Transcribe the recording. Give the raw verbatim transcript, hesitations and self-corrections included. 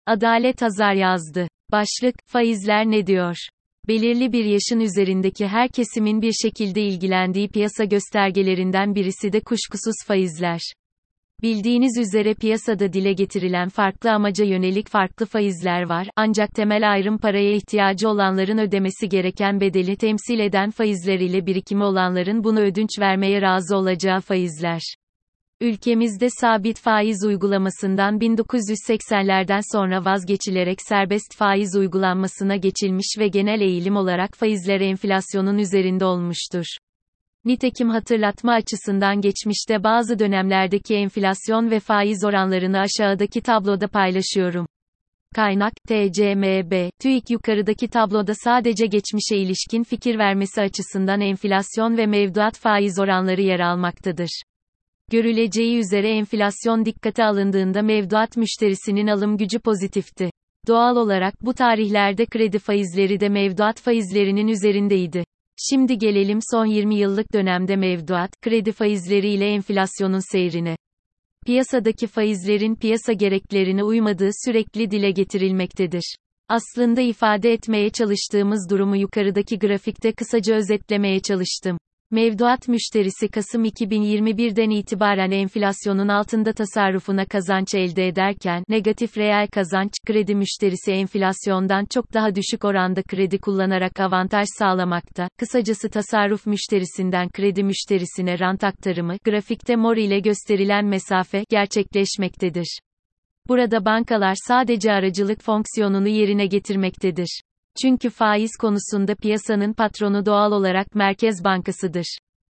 Adalet Hazar yazdı. Başlık, faizler ne diyor? Belirli bir yaşın üzerindeki her kesimin bir şekilde ilgilendiği piyasa göstergelerinden birisi de kuşkusuz faizler. Bildiğiniz üzere piyasada dile getirilen farklı amaca yönelik farklı faizler var, ancak temel ayrım paraya ihtiyacı olanların ödemesi gereken bedeli temsil eden faizler ile birikimi olanların bunu ödünç vermeye razı olacağı faizler. Ülkemizde sabit faiz uygulamasından bin dokuz yüz seksenlerden sonra vazgeçilerek serbest faiz uygulanmasına geçilmiş ve genel eğilim olarak faizler enflasyonun üzerinde olmuştur. Nitekim hatırlatma açısından geçmişte bazı dönemlerdeki enflasyon ve faiz oranlarını aşağıdaki tabloda paylaşıyorum. Kaynak, T C M B, TÜİK yukarıdaki tabloda sadece geçmişe ilişkin fikir vermesi açısından enflasyon ve mevduat faiz oranları yer almaktadır. Görüleceği üzere enflasyon dikkate alındığında mevduat müşterisinin alım gücü pozitifti. Doğal olarak bu tarihlerde kredi faizleri de mevduat faizlerinin üzerindeydi. Şimdi gelelim son yirmi yıllık dönemde mevduat, kredi faizleri ile enflasyonun seyrine. Piyasadaki faizlerin piyasa gereklerine uymadığı sürekli dile getirilmektedir. Aslında ifade etmeye çalıştığımız durumu yukarıdaki grafikte kısaca özetlemeye çalıştım. Mevduat müşterisi Kasım iki bin yirmi bir'den itibaren enflasyonun altında tasarrufuna kazanç elde ederken, negatif reel kazanç, kredi müşterisi enflasyondan çok daha düşük oranda kredi kullanarak avantaj sağlamakta. Kısacası tasarruf müşterisinden kredi müşterisine rant aktarımı, grafikte mor ile gösterilen mesafe, gerçekleşmektedir. Burada bankalar sadece aracılık fonksiyonunu yerine getirmektedir. Çünkü faiz konusunda piyasanın patronu doğal olarak Merkez Bankasıdır.